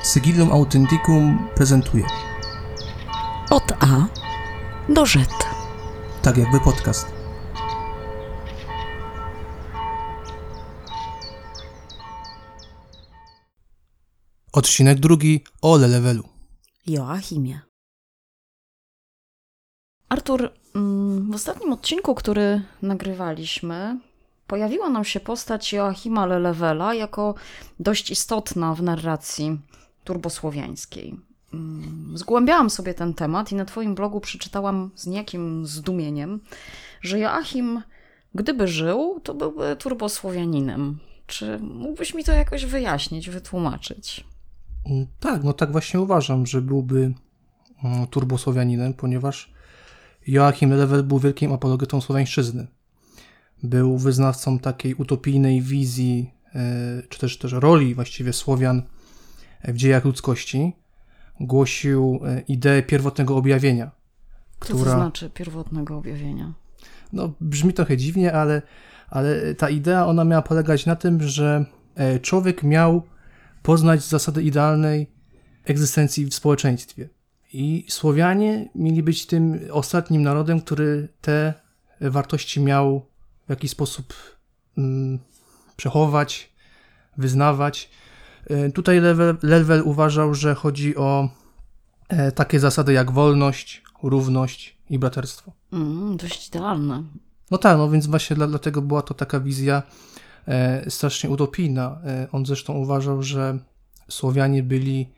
Sigillum Authenticum prezentuje Od A do Z. Tak jakby podcast. Odcinek 2 o Lelewelu. Joachimie. Artur, w ostatnim odcinku, który nagrywaliśmy, pojawiła nam się postać Joachima Lelewela jako dość istotna w narracji turbosłowiańskiej. Zgłębiałam sobie ten temat i na twoim blogu przeczytałam z niejakim zdumieniem, że Joachim, gdyby żył, to byłby turbosłowianinem. Czy mógłbyś mi to jakoś wyjaśnić, wytłumaczyć? Tak, tak właśnie uważam, że byłby turbosłowianinem, ponieważ Joachim Lelewel był wielkim apologetą słowiańszczyzny. Był wyznawcą takiej utopijnej wizji, czy też roli właściwie Słowian w dziejach ludzkości. Głosił ideę pierwotnego objawienia. Co to znaczy pierwotnego objawienia? No, brzmi trochę dziwnie, ale ta idea, ona miała polegać na tym, że człowiek miał poznać zasady idealnej egzystencji w społeczeństwie. I Słowianie mieli być tym ostatnim narodem, który te wartości miał w jakiś sposób przechować, wyznawać. Tutaj Lelewel uważał, że chodzi o takie zasady jak wolność, równość i braterstwo. Dość idealne. No tak, więc właśnie dlatego była to taka wizja strasznie utopijna. On zresztą uważał, że Słowianie byli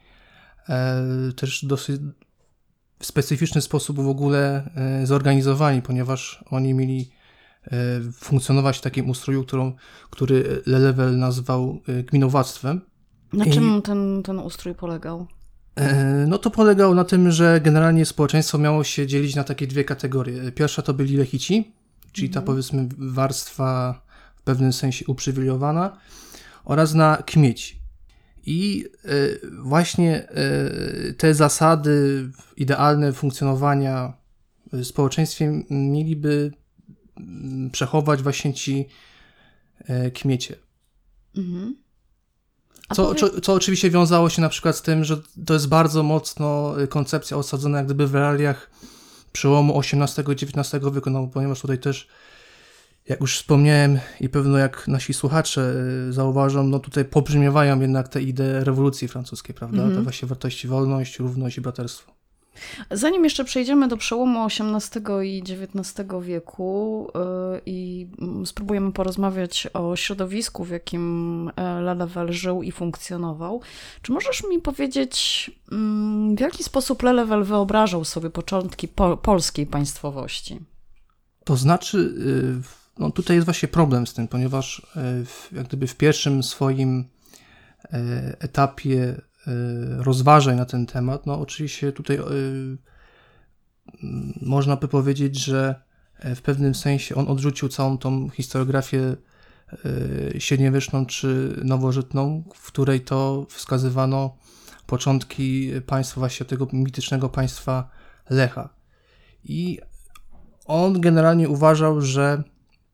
też dosyć w specyficzny sposób w ogóle zorganizowani, ponieważ oni mieli funkcjonować w takim ustroju, który Lelewel nazwał gminowładztwem. Na czym ten ustrój polegał? No to polegał na tym, że generalnie społeczeństwo miało się dzielić na takie dwie kategorie. Pierwsza to byli lechici, czyli ta powiedzmy warstwa w pewnym sensie uprzywilejowana, oraz na kmieci. I właśnie te zasady idealne funkcjonowania w społeczeństwie mieliby przechować właśnie ci kmiecie. Co oczywiście wiązało się na przykład z tym, że to jest bardzo mocno koncepcja osadzona jak gdyby w realiach przełomu XVIII i XIX wieku, no, ponieważ tutaj też, jak już wspomniałem i pewno jak nasi słuchacze zauważą, no tutaj pobrzmiewają jednak te idee rewolucji francuskiej, prawda? Te właśnie wartości wolność, równość i braterstwo. Zanim jeszcze przejdziemy do przełomu XVIII i XIX wieku i spróbujemy porozmawiać o środowisku, w jakim Lelewel żył i funkcjonował, czy możesz mi powiedzieć, w jaki sposób Lelewel wyobrażał sobie początki polskiej państwowości? To znaczy, no tutaj jest właśnie problem z tym, ponieważ jak gdyby w pierwszym swoim etapie rozważań na ten temat, no oczywiście tutaj można by powiedzieć, że w pewnym sensie on odrzucił całą tą historiografię średniowieczną czy nowożytną, w której to wskazywano początki państwa, właśnie tego mitycznego państwa Lecha. I on generalnie uważał, że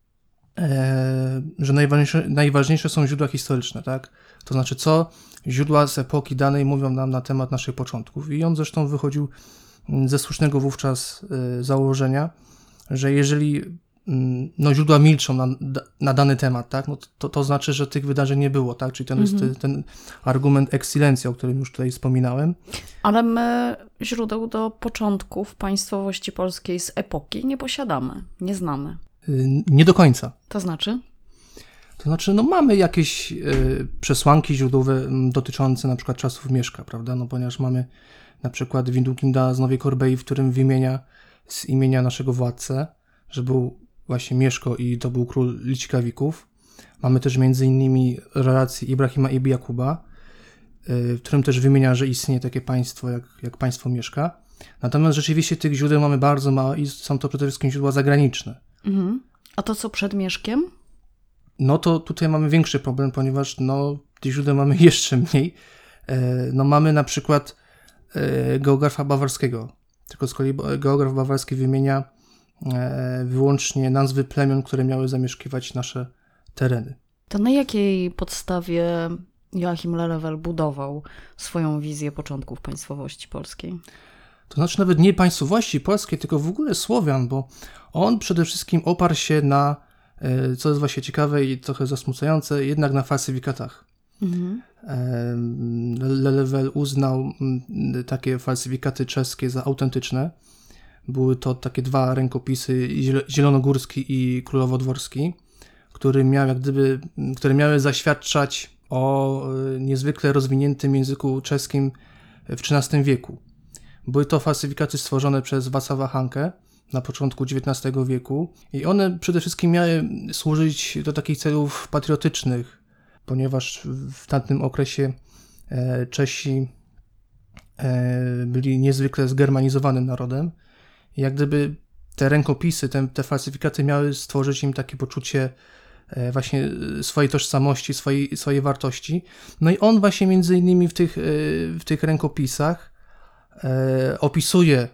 najważniejsze są źródła historyczne, tak? To znaczy, co źródła z epoki danej mówią nam na temat naszych początków. I on zresztą wychodził ze słusznego wówczas założenia, że jeżeli źródła milczą na dany temat, tak? No to znaczy, że tych wydarzeń nie było, tak? Czyli ten jest ten argument ex silentia, o którym już tutaj wspominałem. Ale my źródeł do początków państwowości polskiej z epoki nie posiadamy, nie znamy. Nie do końca. To znaczy? To znaczy, mamy jakieś przesłanki źródłowe dotyczące na przykład czasów Mieszka, prawda? No ponieważ mamy na przykład Windukinda z Nowej Korbei, w którym wymienia z imienia naszego władcę, że był właśnie Mieszko i to był król Licikawików. Mamy też między innymi relacje Ibrahima i Jakuba, w którym też wymienia, że istnieje takie państwo jak państwo Mieszka. Natomiast rzeczywiście tych źródeł mamy bardzo mało i są to przede wszystkim źródła zagraniczne. A to co przed Mieszkiem? No to tutaj mamy większy problem, ponieważ tych źródeł mamy jeszcze mniej. Mamy na przykład geografa bawarskiego, tylko z kolei geograf bawarski wymienia wyłącznie nazwy plemion, które miały zamieszkiwać nasze tereny. To na jakiej podstawie Joachim Lelewel budował swoją wizję początków państwowości polskiej? To znaczy nawet nie państwowości polskiej, tylko w ogóle Słowian, bo on przede wszystkim oparł się na, co jest właśnie ciekawe i trochę zasmucające, jednak na falsyfikatach. Lelewel uznał takie falsyfikaty czeskie za autentyczne. Były to takie dwa rękopisy, zielonogórski i królowodworski, które miały zaświadczać o niezwykle rozwiniętym języku czeskim w XIII wieku. Były to falsyfikaty stworzone przez Wacława Hankę na początku XIX wieku i one przede wszystkim miały służyć do takich celów patriotycznych, ponieważ w tamtym okresie Czesi byli niezwykle zgermanizowanym narodem. I jak gdyby te rękopisy, te falsyfikaty miały stworzyć im takie poczucie właśnie swojej tożsamości, swojej wartości. No i on właśnie między innymi w tych rękopisach opisuje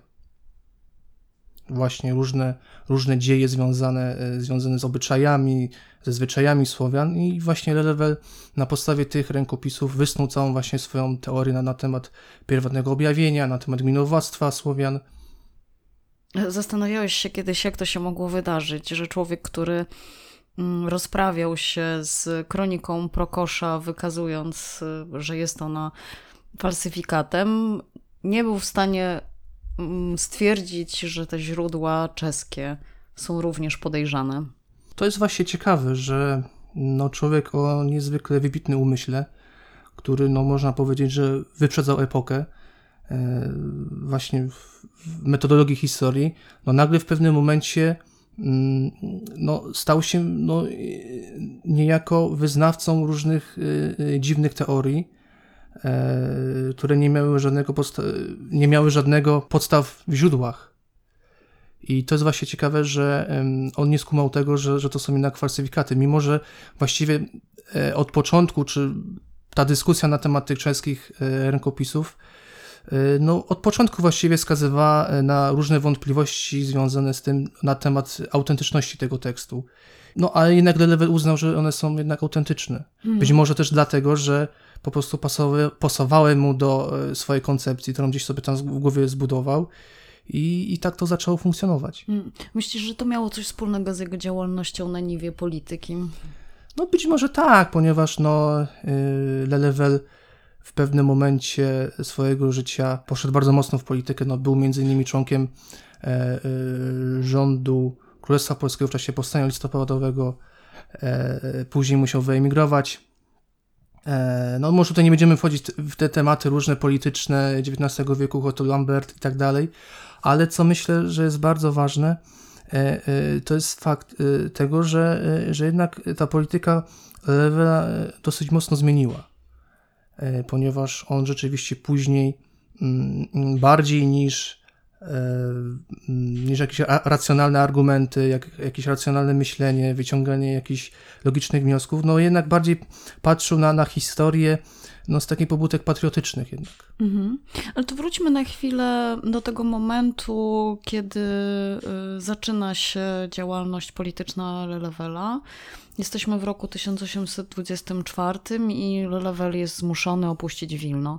właśnie różne dzieje związane z obyczajami, ze zwyczajami Słowian i właśnie Lelewel na podstawie tych rękopisów wysnuł całą właśnie swoją teorię na temat pierwotnego objawienia, na temat gminowładztwa Słowian. Zastanawiałeś się kiedyś, jak to się mogło wydarzyć, że człowiek, który rozprawiał się z kroniką Prokosza, wykazując, że jest ona falsyfikatem, nie był w stanie stwierdzić, że te źródła czeskie są również podejrzane. To jest właśnie ciekawe, że człowiek o niezwykle wybitnym umyśle, który można powiedzieć, że wyprzedzał epokę właśnie w metodologii historii, nagle w pewnym momencie stał się niejako wyznawcą różnych dziwnych teorii, które nie miały żadnego podstaw w źródłach. I to jest właśnie ciekawe, że on nie skumał tego, że to są jednak falsyfikaty, mimo że właściwie od początku, czy ta dyskusja na temat tych czeskich rękopisów od początku właściwie wskazywała na różne wątpliwości związane z tym na temat autentyczności tego tekstu. Ale jednak Lelewel uznał, że one są jednak autentyczne. Być może też dlatego, że po prostu pasowały mu do swojej koncepcji, którą gdzieś sobie tam w głowie zbudował i tak to zaczęło funkcjonować. Myślisz, że to miało coś wspólnego z jego działalnością na niwie polityki? Być może tak, ponieważ Lelewel w pewnym momencie swojego życia poszedł bardzo mocno w politykę. Był między innymi członkiem rządu Królestwa Polskiego w czasie powstania listopadowego. Później musiał wyemigrować. Może tutaj nie będziemy wchodzić w te tematy różne polityczne XIX wieku, Otto Lambert i tak dalej, ale co myślę, że jest bardzo ważne, to jest fakt tego, że jednak ta polityka Lelewela dosyć mocno zmieniła. Ponieważ on rzeczywiście później bardziej niż jakieś racjonalne argumenty, jakieś racjonalne myślenie, wyciąganie jakichś logicznych wniosków, jednak bardziej patrzył na historię z takich pobudek patriotycznych jednak. Ale to wróćmy na chwilę do tego momentu, kiedy zaczyna się działalność polityczna Lelewela. Jesteśmy w roku 1824 i Lelewel jest zmuszony opuścić Wilno.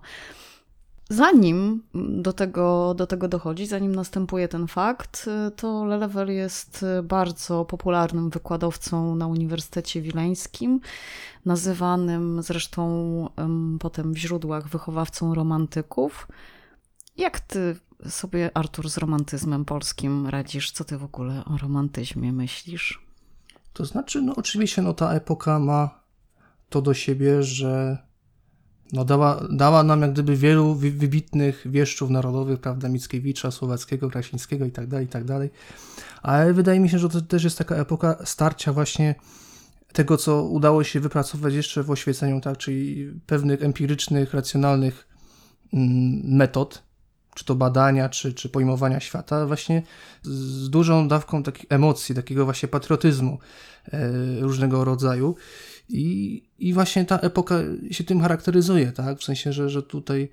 Zanim do tego dochodzi, zanim następuje ten fakt, to Lelewel jest bardzo popularnym wykładowcą na Uniwersytecie Wileńskim, nazywanym zresztą potem w źródłach wychowawcą romantyków. Jak ty sobie, Artur, z romantyzmem polskim radzisz? Co ty w ogóle o romantyzmie myślisz? To znaczy, oczywiście ta epoka ma to do siebie, że dała nam jak gdyby wielu wybitnych wieszczów narodowych, prawda, Mickiewicza, Słowackiego, Krasińskiego i tak dalej. Ale wydaje mi się, że to też jest taka epoka starcia właśnie tego, co udało się wypracować jeszcze w oświeceniu, tak, czyli pewnych empirycznych, racjonalnych metod, czy to badania, czy pojmowania świata, właśnie z dużą dawką takich emocji, takiego właśnie patriotyzmu różnego rodzaju. I właśnie ta epoka się tym charakteryzuje, tak? W sensie, że tutaj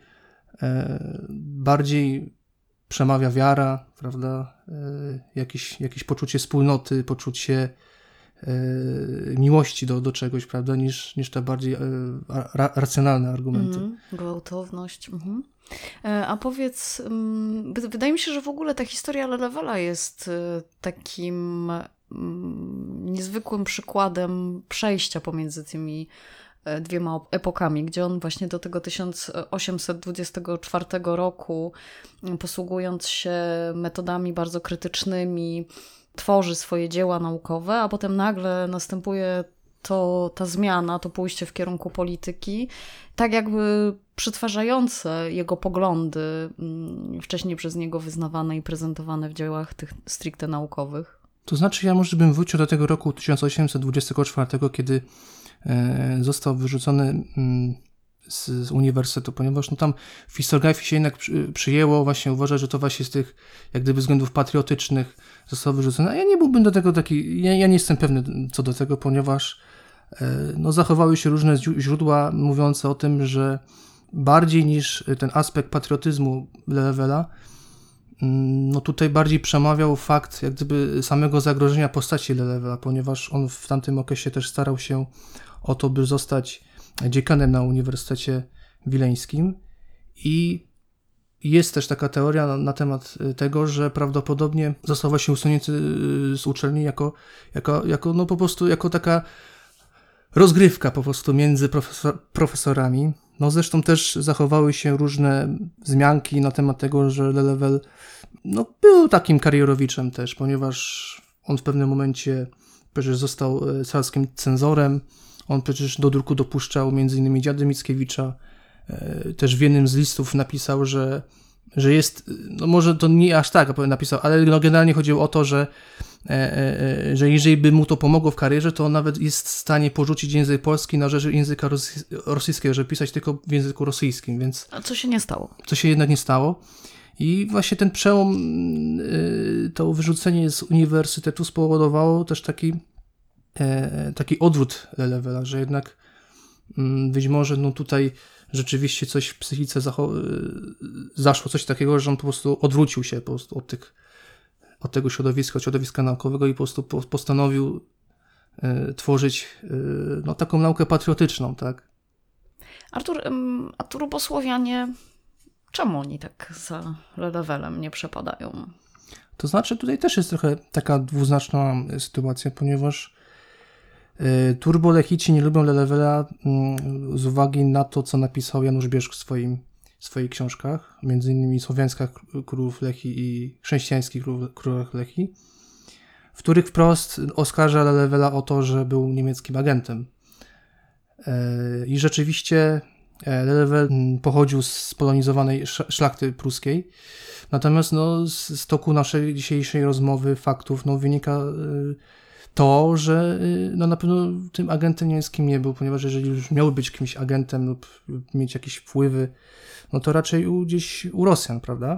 bardziej przemawia wiara, prawda? Jakieś poczucie wspólnoty, poczucie miłości do czegoś, prawda, niż te bardziej racjonalne argumenty. Gwałtowność. A powiedz, wydaje mi się, że w ogóle ta historia Lelewela jest takim niezwykłym przykładem przejścia pomiędzy tymi dwiema epokami, gdzie on właśnie do tego 1824 roku, posługując się metodami bardzo krytycznymi, tworzy swoje dzieła naukowe, a potem nagle następuje ta zmiana, to pójście w kierunku polityki, tak jakby przetwarzające jego poglądy wcześniej przez niego wyznawane i prezentowane w dziełach tych stricte naukowych. To znaczy, ja może bym wrócił do tego roku 1824, kiedy został wyrzucony z uniwersytetu, ponieważ tam w historiografii się jednak przyjęło właśnie uważać, że to właśnie z tych jak gdyby względów patriotycznych został wyrzucony, a ja nie byłbym do tego taki, ja nie jestem pewny co do tego, ponieważ zachowały się różne źródła mówiące o tym, że bardziej niż ten aspekt patriotyzmu Lelewela, tutaj bardziej przemawiał fakt jak gdyby samego zagrożenia postaci Lelewela, ponieważ on w tamtym okresie też starał się o to, by zostać dziekanem na Uniwersytecie Wileńskim i jest też taka teoria na temat tego, że prawdopodobnie został właśnie usunięty z uczelni jako po prostu jako taka rozgrywka po prostu między profesorami. Zresztą też zachowały się różne wzmianki na temat tego, że Lelewel był takim karierowiczem też, ponieważ on w pewnym momencie przecież został carskim cenzorem, on przecież do druku dopuszczał m.in. dziady Mickiewicza, też w jednym z listów napisał, że jest, może to nie aż tak napisał, ale generalnie chodziło o to, że jeżeli by mu to pomogło w karierze, to on nawet jest w stanie porzucić język polski na rzecz języka rosyjskiego, żeby pisać tylko w języku rosyjskim, więc... A co się nie stało? Co się jednak nie stało. I właśnie ten przełom, to wyrzucenie z uniwersytetu spowodowało też taki odwrót Lelewela, że jednak być może tutaj rzeczywiście coś w psychice zaszło, coś takiego, że on po prostu odwrócił się po prostu od tego środowiska, od środowiska naukowego i po prostu postanowił tworzyć taką naukę patriotyczną, tak? Artur, a turbosłowianie, czemu oni tak za Lelewelem nie przepadają? To znaczy tutaj też jest trochę taka dwuznaczna sytuacja, ponieważ turbolechici nie lubią Lelewela z uwagi na to, co napisał Janusz Bierzk w swoich książkach, między innymi Słowiańskich Królów Lechii i Chrześcijańskich Królów Lechii, w których wprost oskarża Lelewela o to, że był niemieckim agentem. I rzeczywiście Lelewel pochodził z polonizowanej szlachty pruskiej, natomiast z toku naszej dzisiejszej rozmowy, faktów, wynika to, że na pewno tym agentem niemieckim nie był, ponieważ jeżeli już miał być kimś agentem lub mieć jakieś wpływy, to raczej gdzieś u Rosjan, prawda?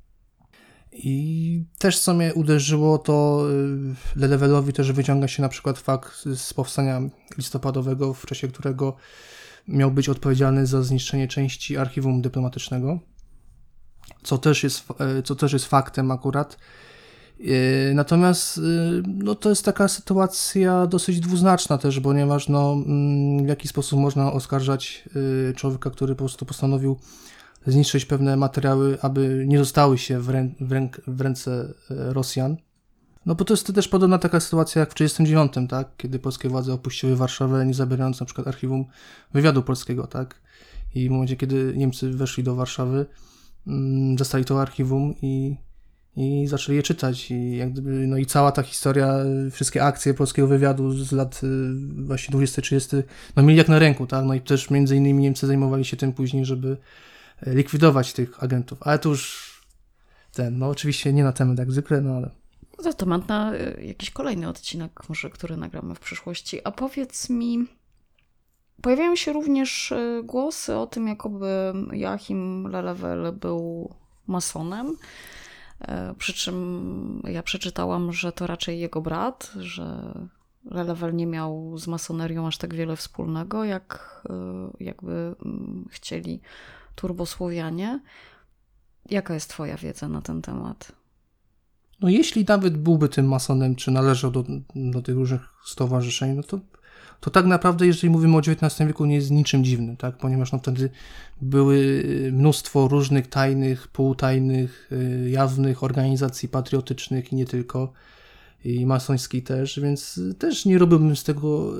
I też co mnie uderzyło, to Lelewelowi też wyciąga się na przykład fakt z powstania listopadowego, w czasie którego miał być odpowiedzialny za zniszczenie części archiwum dyplomatycznego, co też jest faktem akurat. Natomiast to jest taka sytuacja dosyć dwuznaczna też, ponieważ w jaki sposób można oskarżać człowieka, który po prostu postanowił zniszczyć pewne materiały, aby nie dostały się w ręce Rosjan. Bo to jest też podobna taka sytuacja jak w 1939, tak? Kiedy polskie władze opuściły Warszawę, nie zabierając na przykład archiwum wywiadu polskiego, tak? I w momencie, kiedy Niemcy weszli do Warszawy, zastali to archiwum i zaczęli je czytać i jak gdyby, i cała ta historia, wszystkie akcje polskiego wywiadu z lat właśnie 20-30, mieli jak na ręku, tak? I też między innymi Niemcy zajmowali się tym później, żeby likwidować tych agentów, ale to już oczywiście nie na temat jak zwykle, ale... To temat na jakiś kolejny odcinek może, który nagramy w przyszłości. A powiedz mi, pojawiają się również głosy o tym, jakoby Joachim Lelewel był masonem, przy czym ja przeczytałam, że to raczej jego brat, że Lelewel nie miał z masonerią aż tak wiele wspólnego, jakby chcieli turbosłowianie. Jaka jest twoja wiedza na ten temat? no jeśli nawet byłby tym masonem, czy należał do tych różnych stowarzyszeń, no to tak naprawdę, jeżeli mówimy o XIX wieku, nie jest niczym dziwnym, tak? Ponieważ no wtedy były mnóstwo różnych tajnych, półtajnych, jawnych organizacji patriotycznych i nie tylko, i masońskiej też, więc też nie robiłbym z tego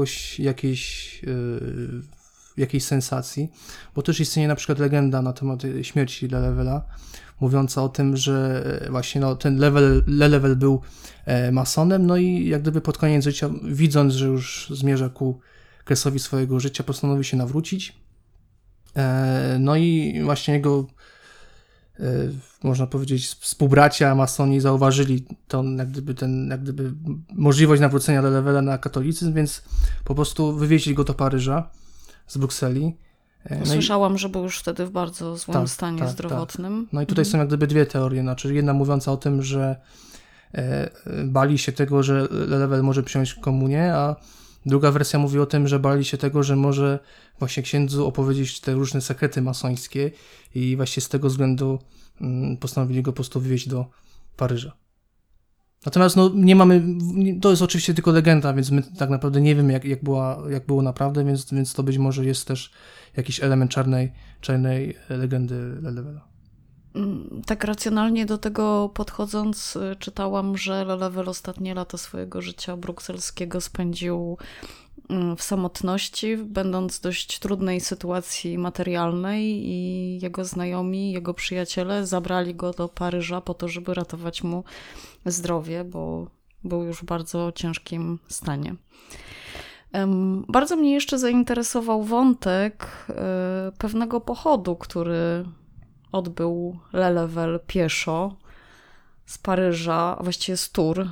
jakiejś sensacji, bo też istnieje na przykład legenda na temat śmierci Lelewela, mówiąca o tym, że właśnie no, ten Lelevel był masonem, no i jak gdyby pod koniec życia, widząc, że już zmierza ku kresowi swojego życia, postanowił się nawrócić. No i właśnie jego, można powiedzieć, współbracia masoni zauważyli jak gdyby możliwość nawrócenia Lelewela na katolicyzm, więc po prostu wywieźli go do Paryża z Brukseli. Słyszałam, że był już wtedy w bardzo złym stanie zdrowotnym. Tak. No i tutaj są jak gdyby dwie teorie. Znaczy jedna mówiąca o tym, że bali się tego, że Lelewel może przyjąć komunię, a druga wersja mówi o tym, że bali się tego, że może właśnie księdzu opowiedzieć te różne sekrety masońskie i właśnie z tego względu postanowili go po prostu wywieźć do Paryża. Natomiast no, nie mamy, to jest oczywiście tylko legenda, więc my tak naprawdę nie wiemy, jak było naprawdę, więc to być może jest też jakiś element czarnej legendy Lelewela. Tak racjonalnie do tego podchodząc, czytałam, że Lelewel ostatnie lata swojego życia brukselskiego spędził w samotności, będąc w dość trudnej sytuacji materialnej, i jego znajomi, jego przyjaciele zabrali go do Paryża po to, żeby ratować mu zdrowie, bo był już w bardzo ciężkim stanie. Bardzo mnie jeszcze zainteresował wątek pewnego pochodu, który odbył Lelewel pieszo z Paryża, a właściwie z Tours,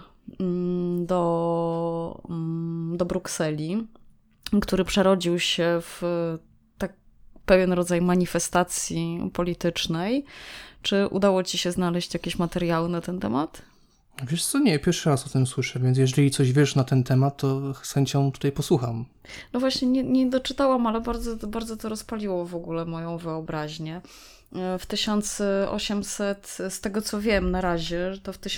do Brukseli, który przerodził się w pewien rodzaj manifestacji politycznej. Czy udało ci się znaleźć jakieś materiały na ten temat? Wiesz co, nie, pierwszy raz o tym słyszę, więc jeżeli coś wiesz na ten temat, to z chęcią tutaj posłucham. No właśnie, nie doczytałam, ale bardzo, bardzo to rozpaliło w ogóle moją wyobraźnię. W 1800, z tego co wiem na razie, to w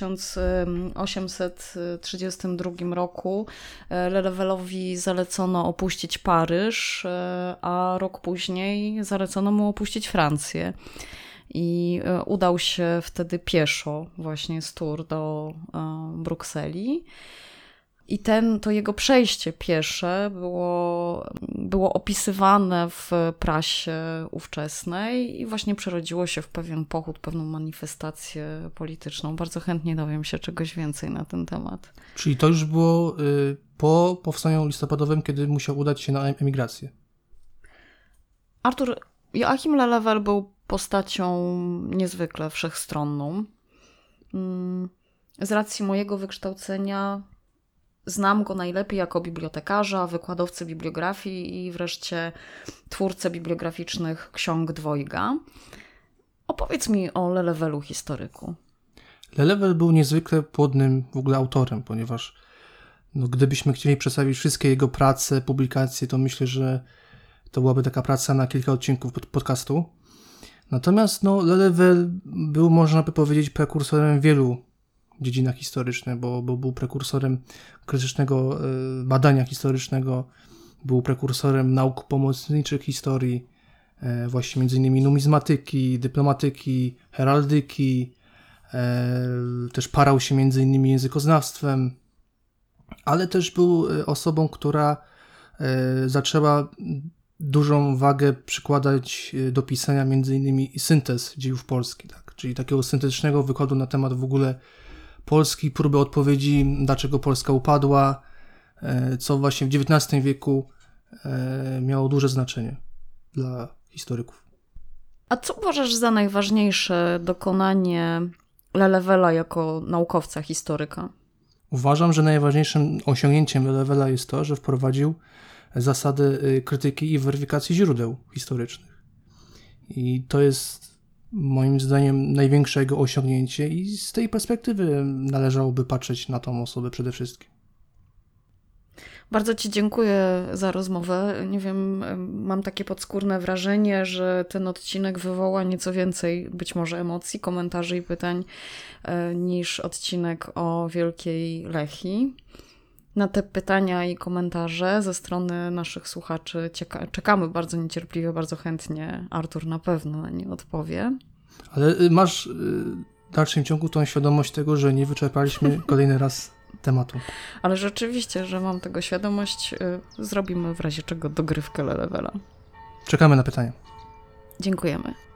1832 roku Lelewelowi zalecono opuścić Paryż, a rok później zalecono mu opuścić Francję. I udał się wtedy pieszo właśnie z Tours do Brukseli. I to jego przejście piesze było opisywane w prasie ówczesnej i właśnie przerodziło się w pewien pochód, pewną manifestację polityczną. Bardzo chętnie dowiem się czegoś więcej na ten temat. Czyli to już było po powstaniu listopadowym, kiedy musiał udać się na emigrację. Artur, Joachim Lelewel był postacią niezwykle wszechstronną. Z racji mojego wykształcenia znam go najlepiej jako bibliotekarza, wykładowcę bibliografii i wreszcie twórcę bibliograficznych ksiąg dwojga. Opowiedz mi o Lelewelu, historyku. Lelewel był niezwykle płodnym w ogóle autorem, ponieważ no, gdybyśmy chcieli przedstawić wszystkie jego prace, publikacje, to myślę, że to byłaby taka praca na kilka odcinków podcastu. Natomiast no, Lelewel był, można by powiedzieć, prekursorem wielu dziedzinach historycznych, bo był prekursorem krytycznego badania historycznego, był prekursorem nauk pomocniczych historii, właśnie m.in. numizmatyki, dyplomatyki, heraldyki, też parał się m.in. językoznawstwem, ale też był osobą, która zaczęła dużą wagę przykładać do pisania m.in. syntez dziejów polskich, tak? Czyli takiego syntetycznego wykładu na temat w ogóle Polski, próby odpowiedzi, dlaczego Polska upadła, co właśnie w XIX wieku miało duże znaczenie dla historyków. A co uważasz za najważniejsze dokonanie Lelewela jako naukowca, historyka? Uważam, że najważniejszym osiągnięciem Lelewela jest to, że wprowadził zasady krytyki i weryfikacji źródeł historycznych. I to jest moim zdaniem największe jego osiągnięcie i z tej perspektywy należałoby patrzeć na tą osobę przede wszystkim. Bardzo Ci dziękuję za rozmowę. Nie wiem, mam takie podskórne wrażenie, że ten odcinek wywoła nieco więcej być może emocji, komentarzy i pytań niż odcinek o Wielkiej Lechii. Na te pytania i komentarze ze strony naszych słuchaczy czekamy bardzo niecierpliwie, bardzo chętnie. Artur na pewno na nie odpowie. Ale masz w dalszym ciągu tą świadomość tego, że nie wyczerpaliśmy kolejny raz tematu. Ale rzeczywiście, że mam tego świadomość, zrobimy w razie czego dogrywkę levela. Czekamy na pytania. Dziękujemy.